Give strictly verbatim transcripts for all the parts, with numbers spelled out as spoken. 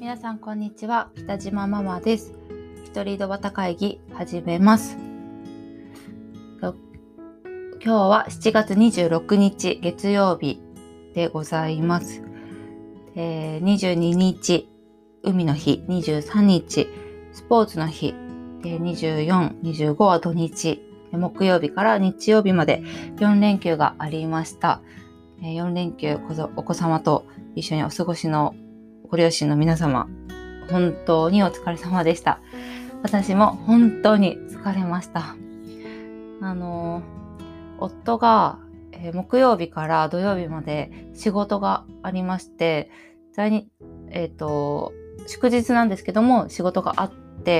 皆さんこんにちは、北島ママです。一人井戸端会議始めます。今日はしちがつにじゅうろくにち月曜日でございます。でにじゅうににち海の日、にじゅうさんにちスポーツの日で、にじゅうよっか、にじゅうごは土日で、木曜日から日曜日までよんれんきゅうがありました。よんれんきゅうお子様と一緒にお過ごしのご両親の皆様、本当にお疲れ様でした。私も本当に疲れました。あの夫が、えー、木曜日から土曜日まで仕事がありまして、在にえっと祝日なんですけども仕事があって、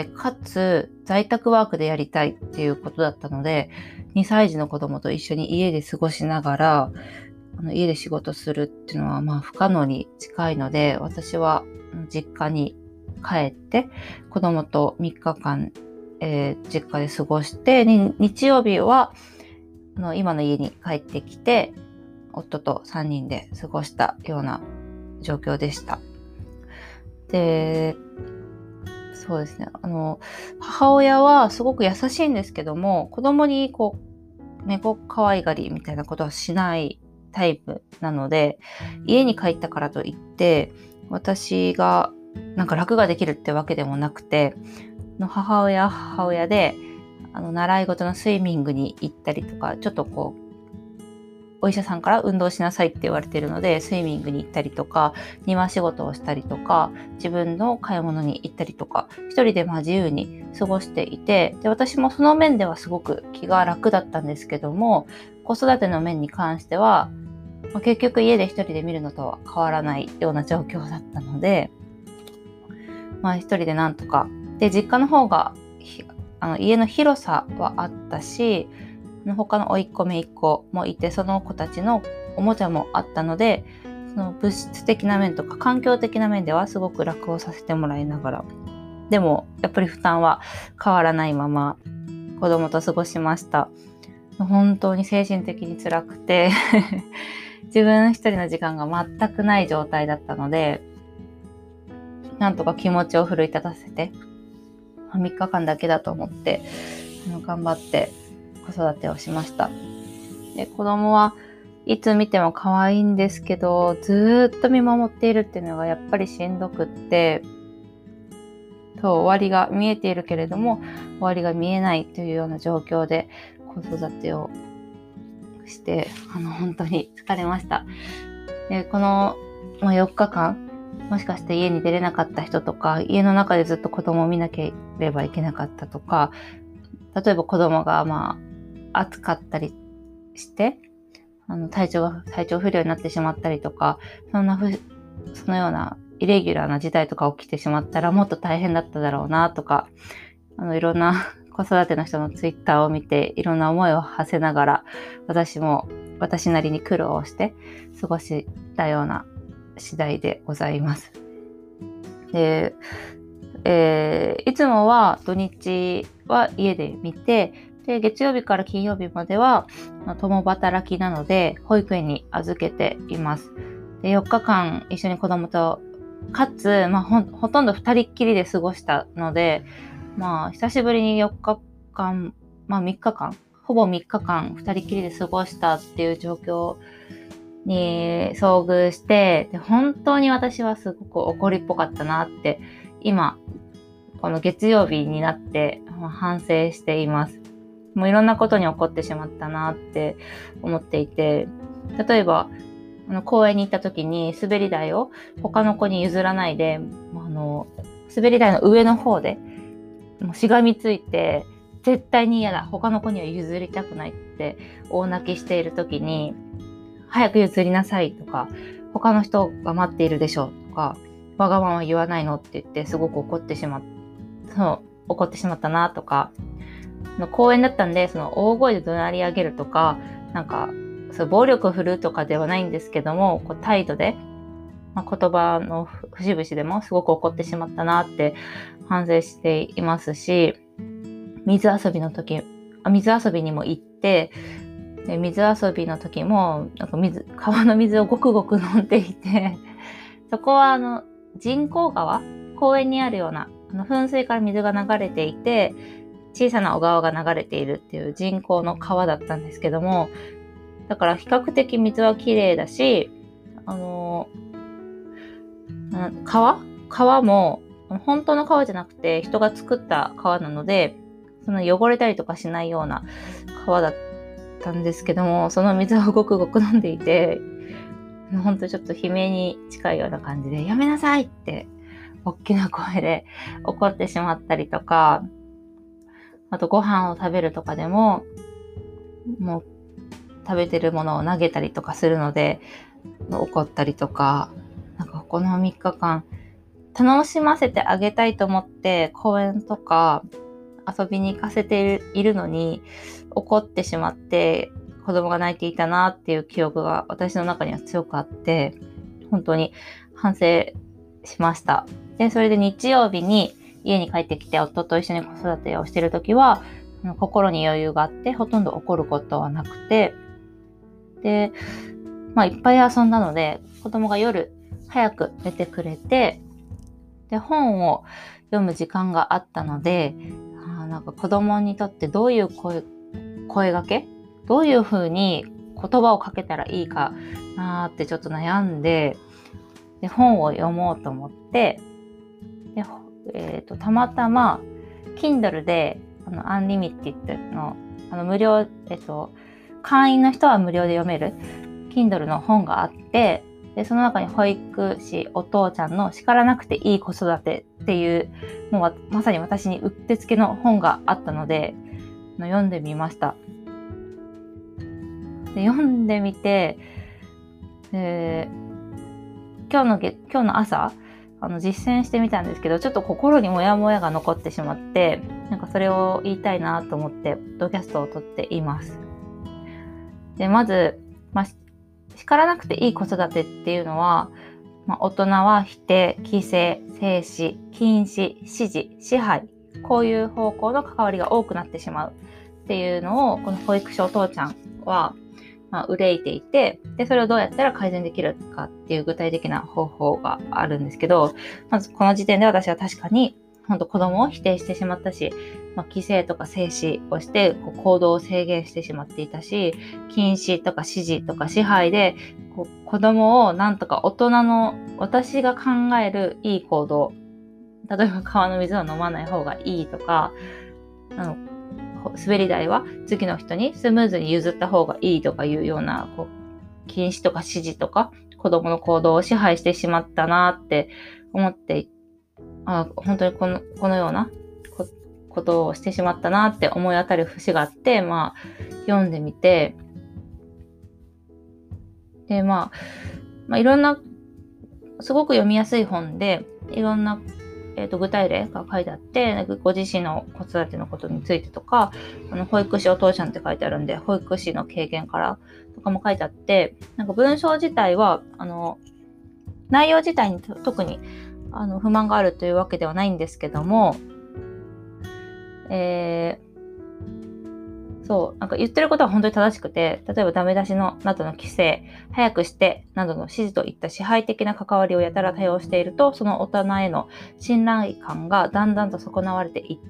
かつ在宅ワークでやりたいっていうことだったので、にさいじの子供と一緒に家で過ごしながらあの家で仕事するっていうのはまあ不可能に近いので、私は実家に帰って子供とみっかかん、えー、実家で過ごして、日曜日はあの今の家に帰ってきて夫とさんにんで過ごしたような状況でした。で、そうですね、あの母親はすごく優しいんですけども、子供にこう猫可愛がりみたいなことはしないタイプなので、家に帰ったからといって私がなんか楽ができるってわけでもなくて、の母親は母親であの習い事のスイミングに行ったりとか、ちょっとこうお医者さんから運動しなさいって言われているのでスイミングに行ったりとか、庭仕事をしたりとか、自分の買い物に行ったりとか、一人でまあ自由に過ごしていて、で私もその面ではすごく気が楽だったんですけども、子育ての面に関しては、まあ、結局家で一人で見るのとは変わらないような状況だったので、まあ一人でなんとかで、実家の方があの家の広さはあったし、他の甥っ子姪っ子もいて、その子たちのおもちゃもあったので、その物質的な面とか環境的な面ではすごく楽をさせてもらいながら、でもやっぱり負担は変わらないまま子供と過ごしました。本当に精神的に辛くて自分一人の時間が全くない状態だったので、なんとか気持ちを奮い立たせてみっかかんだけだと思って頑張って子育てをしました。で、子供はいつ見ても可愛いんですけど、ずっと見守っているっていうのがやっぱりしんどくって、そう終わりが見えているけれども終わりが見えないというような状況で子育てをして、あの本当に疲れました。で、この、まあ、よっかかんもしかして家に出れなかった人とか、家の中でずっと子供を見なければいけなかったとか、例えば子供がまあ暑かったりしてあの体調が体調不良になってしまったりとか、そんなふそのようなイレギュラーな事態とか起きてしまったらもっと大変だっただろうなとか、あのいろんな子育ての人のツイッターを見ていろんな思いを馳せながら、私も私なりに苦労をして過ごしたような次第でございます。で、えー、いつもは土日は家で見て、で月曜日から金曜日までは共働きなので保育園に預けています。で、よっかかん一緒に子供とかつ、まあ、ほ, ほとんどふたりっきりで過ごしたので、まあ久しぶりによっかかん、まあみっかかん、ほぼみっかかんふたりっきりで過ごしたっていう状況に遭遇して、で本当に私はすごく怒りっぽかったなって今この月曜日になって反省しています。もういろんなことに怒ってしまったなって思っていて、例えばあの公園に行った時に滑り台を他の子に譲らないで、あの滑り台の上の方でもうしがみついて、絶対に嫌だ、他の子には譲りたくないって大泣きしている時に、早く譲りなさいとか、他の人が待っているでしょとか、わがまま言わないのって言ってすごく怒ってしまった、そう怒ってしまったなとか、の公園だったんで、その大声で怒鳴り上げるとか、なんかそう暴力を振るうとかではないんですけども、こう態度で、まあ、言葉の節々でもすごく怒ってしまったなって反省していますし、水遊びの時、あ水遊びにも行って、で水遊びの時もなんか水川の水をごくごく飲んでいて、そこはあの人工川公園にあるようなあの噴水から水が流れていて、小さな小川が流れているっていう人工の川だったんですけども、だから比較的水は綺麗だし、あのー、川川も本当の川じゃなくて人が作った川なので、その汚れたりとかしないような川だったんですけども、その水をごくごく飲んでいて、ほんとちょっと悲鳴に近いような感じで、やめなさいって大きな声で怒ってしまったりとか、あとご飯を食べるとかでも、もう食べてるものを投げたりとかするので怒ったりとか、なんかこのみっかかん楽しませてあげたいと思って公園とか遊びに行かせているのに怒ってしまって子供が泣いていたなっていう記憶が私の中には強くあって、本当に反省しました。で、それで日曜日に家に帰ってきて夫と一緒に子育てをしているときは心に余裕があってほとんど怒ることはなくて、で、まあいっぱい遊んだので子供が夜早く寝てくれて、で本を読む時間があったので、あなんか子供にとってどういう声、声掛けどういう風に言葉をかけたらいいかなーってちょっと悩んで、で本を読もうと思って、で、えーと、たまたま Kindle であのアンリミティッドのあの無料、えっと会員の人は無料で読める Kindle の本があって、でその中に保育士お父ちゃんの叱らなくていい子育てっていうもうまさに私にうってつけの本があったので読んでみました。で読んでみて、で今日のげ今日の朝あの実践してみたんですけど、ちょっと心にモヤモヤが残ってしまって、なんかそれを言いたいなと思ってポッドキャストを撮っています。でまず、まあ、叱らなくていい子育てっていうのは、まあ、大人は否定、規制、制止、禁止、指示、支配、こういう方向の関わりが多くなってしまうっていうのをこの保育士お父ちゃんは、まあ、憂いていて、でそれをどうやったら改善できるかっていう具体的な方法があるんですけど、まずこの時点で私は確かに本当子供を否定してしまったし、まあ、規制とか制止をしてこう行動を制限してしまっていたし、禁止とか指示とか支配でこう子供をなんとか大人の私が考えるいい行動、例えば川の水は飲まない方がいいとか、あの滑り台は次の人にスムーズに譲った方がいいとかいうようなこう禁止とか指示とか子供の行動を支配してしまったなって思って、あ本当にこの、このようなこことをしてしまったなって思い当たる節があって、まあ読んでみて、でまあ、まあ、いろんなすごく読みやすい本でいろんなえー、と具体例が書いてあって、ご自身の子育てのことについてとか、あの保育士お父ちゃんって書いてあるんで保育士の経験からとかも書いてあって、なんか文章自体はあの内容自体に特にあの不満があるというわけではないんですけども、えーそうなんか言ってることは本当に正しくて、例えばダメ出しのなどの規制、早くしてなどの指示といった支配的な関わりをやたら多用していると、その大人への信頼感がだんだんと損なわれていって、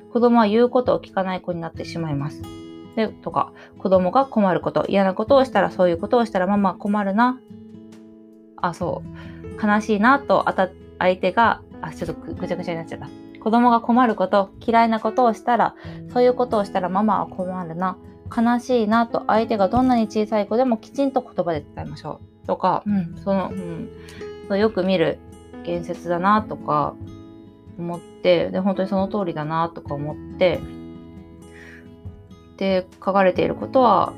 子供は言うことを聞かない子になってしまいます。でとか、子供が困ること、嫌なことをしたら、そういうことをしたらママ困るな、あそう悲しいなとあた相手があちょっとぐちゃぐちゃになっちゃった。子供が困ること、嫌いなことをしたら、そういうことをしたらママは困るな、悲しいなと相手がどんなに小さい子でもきちんと言葉で伝えましょうとか、うん、その、うん、そうよく見る言説だなとか思って、で本当にその通りだなとか思って、で書かれていることは、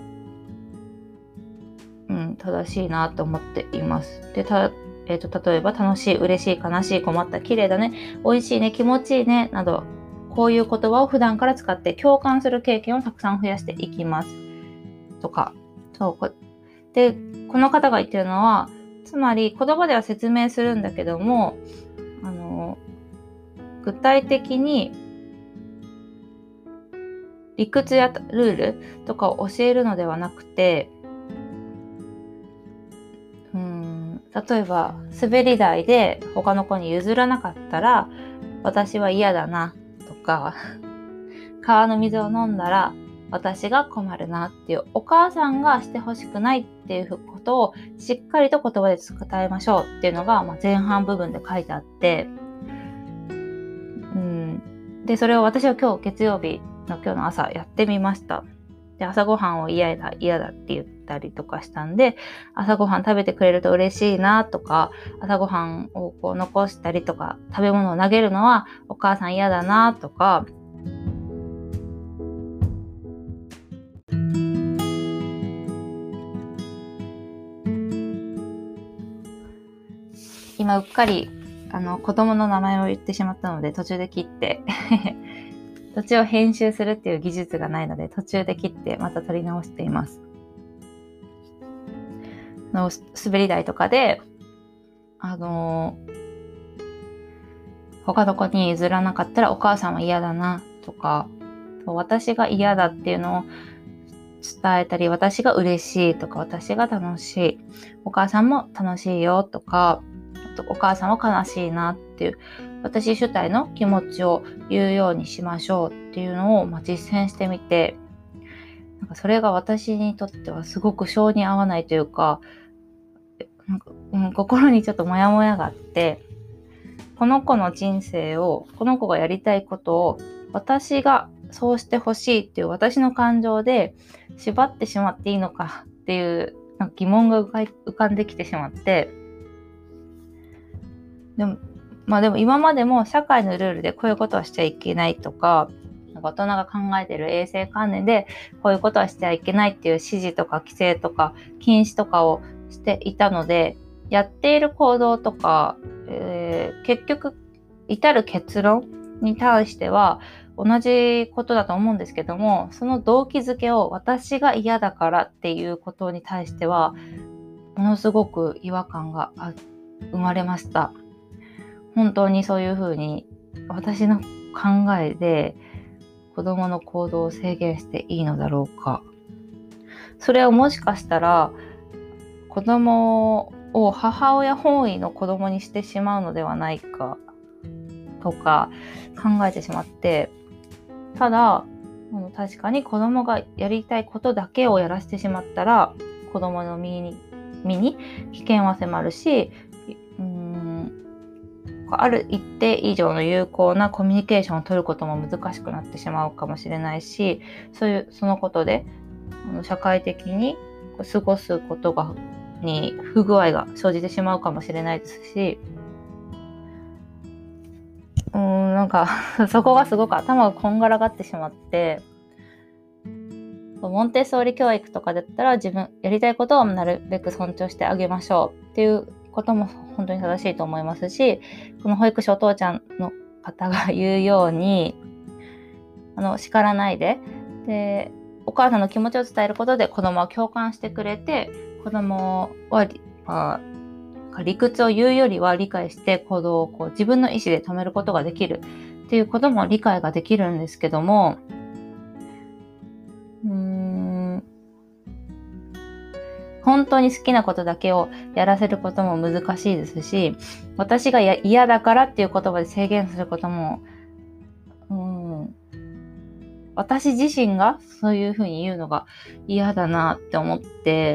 うん、正しいなと思っています。でたえーと、例えば楽しい、嬉しい、悲しい、困った、綺麗だね、美味しいね、気持ちいいねなど、こういう言葉を普段から使って共感する経験をたくさん増やしていきますとか、そうこでこの方が言ってるのは、つまり言葉では説明するんだけども、あの具体的に理屈やルールとかを教えるのではなくて、うーん例えば滑り台で他の子に譲らなかったら私は嫌だなとか、川の水を飲んだら私が困るなっていう、お母さんがしてほしくないっていうことをしっかりと言葉で伝えましょうっていうのが、まあ、前半部分で書いてあって、うん、でそれを私は今日月曜日の今日の朝やってみました。で朝ごはんを嫌だ嫌だって言ったりとかしたんで、朝ごはん食べてくれると嬉しいなとか、朝ごはんをこう残したりとか、食べ物を投げるのはお母さん嫌だなとか、今うっかりあの子供の名前を言ってしまったので途中で切って途中を編集するっていう技術がないので途中で切ってまた撮り直しています。の滑り台とかであの他の子に譲らなかったらお母さんは嫌だなとか、私が嫌だっていうのを伝えたり、私が嬉しいとか、私が楽しい、お母さんも楽しいよとか、お母さんは悲しいなっていう私主体の気持ちを言うようにしましょうっていうのを、まあ、実践してみて、なんかそれが私にとってはすごく性に合わないというか、なんか、うん、心にちょっとモヤモヤがあって、この子の人生を、この子がやりたいことを私がそうしてほしいっていう私の感情で縛ってしまっていいのかっていうなんか疑問が浮かんできてしまって、でもまあでも今までも社会のルールでこういうことはしちゃいけないとか、なんか大人が考えている衛生観念でこういうことはしちゃいけないっていう指示とか規制とか禁止とかをしていたので、やっている行動とか、えー、結局至る結論に対しては同じことだと思うんですけども、その動機づけを私が嫌だからっていうことに対してはものすごく違和感が生まれました。本当にそういうふうに私の考えで子供の行動を制限していいのだろうか。それをもしかしたら子供を母親本位の子供にしてしまうのではないかとか考えてしまって、ただ確かに子供がやりたいことだけをやらせてしまったら子供の身に、身に危険は迫るし、うーんある一定以上の有効なコミュニケーションを取ることも難しくなってしまうかもしれないし、そういうそのことであの社会的に過ごすことがに不具合が生じてしまうかもしれないですし、うーんなんかそこがすごく頭がこんがらがってしまって、モンテッソーリ教育とかだったら自分やりたいことをなるべく尊重してあげましょうっていうことも本当に正しいと思いますし、この保育士お父ちゃんの方が言うようにあの叱らないで、でお母さんの気持ちを伝えることで子供は共感してくれて、子供は、まあ、理屈を言うよりは理解して行動をこう自分の意思で止めることができるっていうことも理解ができるんですけども、うーん本当に好きなことだけをやらせることも難しいですし、私が嫌だからっていう言葉で制限することも、うーん私自身がそういうふうに言うのが嫌だなって思って、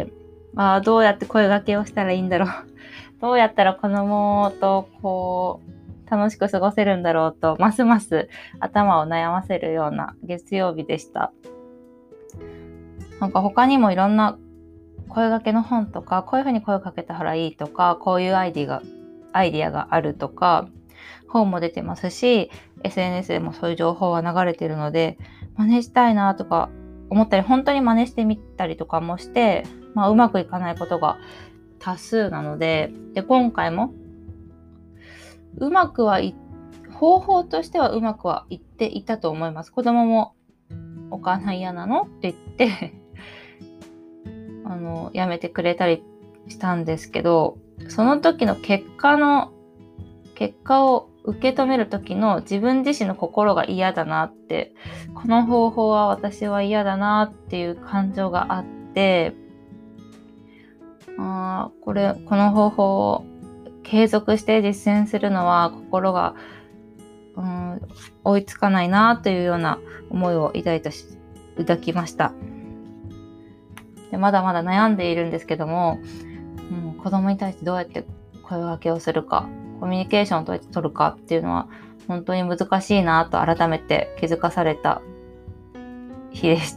あどうやって声掛けをしたらいいんだろうどうやったら子供とこう楽しく過ごせるんだろうと、ますます頭を悩ませるような月曜日でした。なんか他にもいろんな声掛けの本とか、こういうふうに声をかけたらいいとか、こういうアイディアがアイディアがあるとか本も出てますし、 エスエヌエス でもそういう情報は流れてるので真似したいなとか思ったり、本当に真似してみたりとかもして、まあ、うまくいかないことが多数なので、で今回もうまくはい方法としてはうまくはいっていたと思います。子供もお母さん嫌なのって言ってあのやめてくれたりしたんですけど、その時の結果の結果を受け止める時の自分自身の心が嫌だなって、この方法は私は嫌だなっていう感情があって、 あこれこの方法を継続して実践するのは心が、うん、追いつかないなというような思いを抱いたし抱きました。でまだまだ悩んでいるんですけども、うん、子供に対してどうやって声掛けをするか、コミュニケーションをどうやって取るかっていうのは本当に難しいなと改めて気づかされた日でした。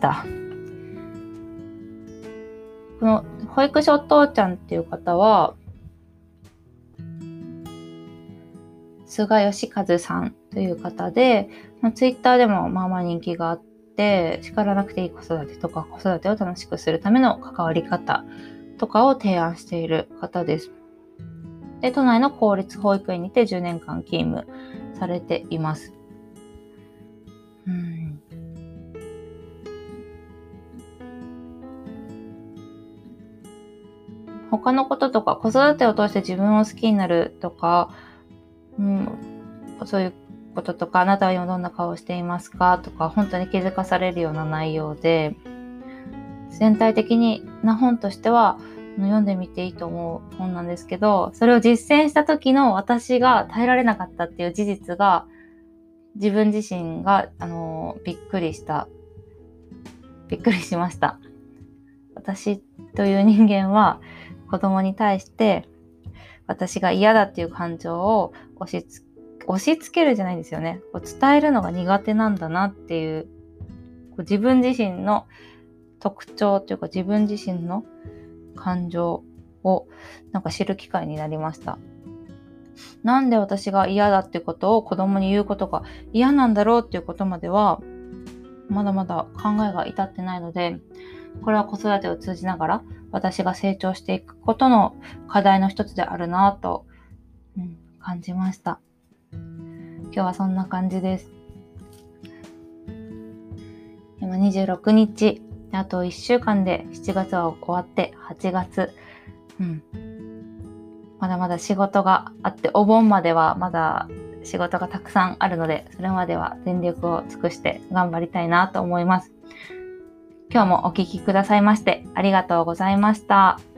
この保育所お父ちゃんっていう方は菅義和さんという方で、ツイッターでもまあまあ人気があって、叱らなくていい子育てとか子育てを楽しくするための関わり方とかを提案している方です。で、都内の公立保育園にてじゅうねんかん勤務されています。うん、他のこととか子育てを通して自分を好きになるとか、うん、そういうこととか、あなたは今どんな顔をしていますかとか、本当に気づかされるような内容で、全体的にな本としては読んでみていいと思う本なんですけど、それを実践した時の私が耐えられなかったっていう事実が、自分自身があのびっくりしたびっくりしました。私という人間は子供に対して私が嫌だっていう感情を押しつ押し付けるじゃないんですよね。こう伝えるのが苦手なんだなっていう、こう自分自身の特徴というか自分自身の感情をなんか知る機会になりました。なんで私が嫌だってことを子供に言うことが嫌なんだろうっていうことまではまだまだ考えが至ってないので、これは子育てを通じながら私が成長していくことの課題の一つであるなと、うん、感じました。今日はそんな感じです。今にじゅうろくにち、あといっしゅうかんでしちがつは終わってはちがつ、うん、まだまだ仕事があって、お盆まではまだ仕事がたくさんあるので、それまでは全力を尽くして頑張りたいなと思います。今日もお聞きくださいましてありがとうございました。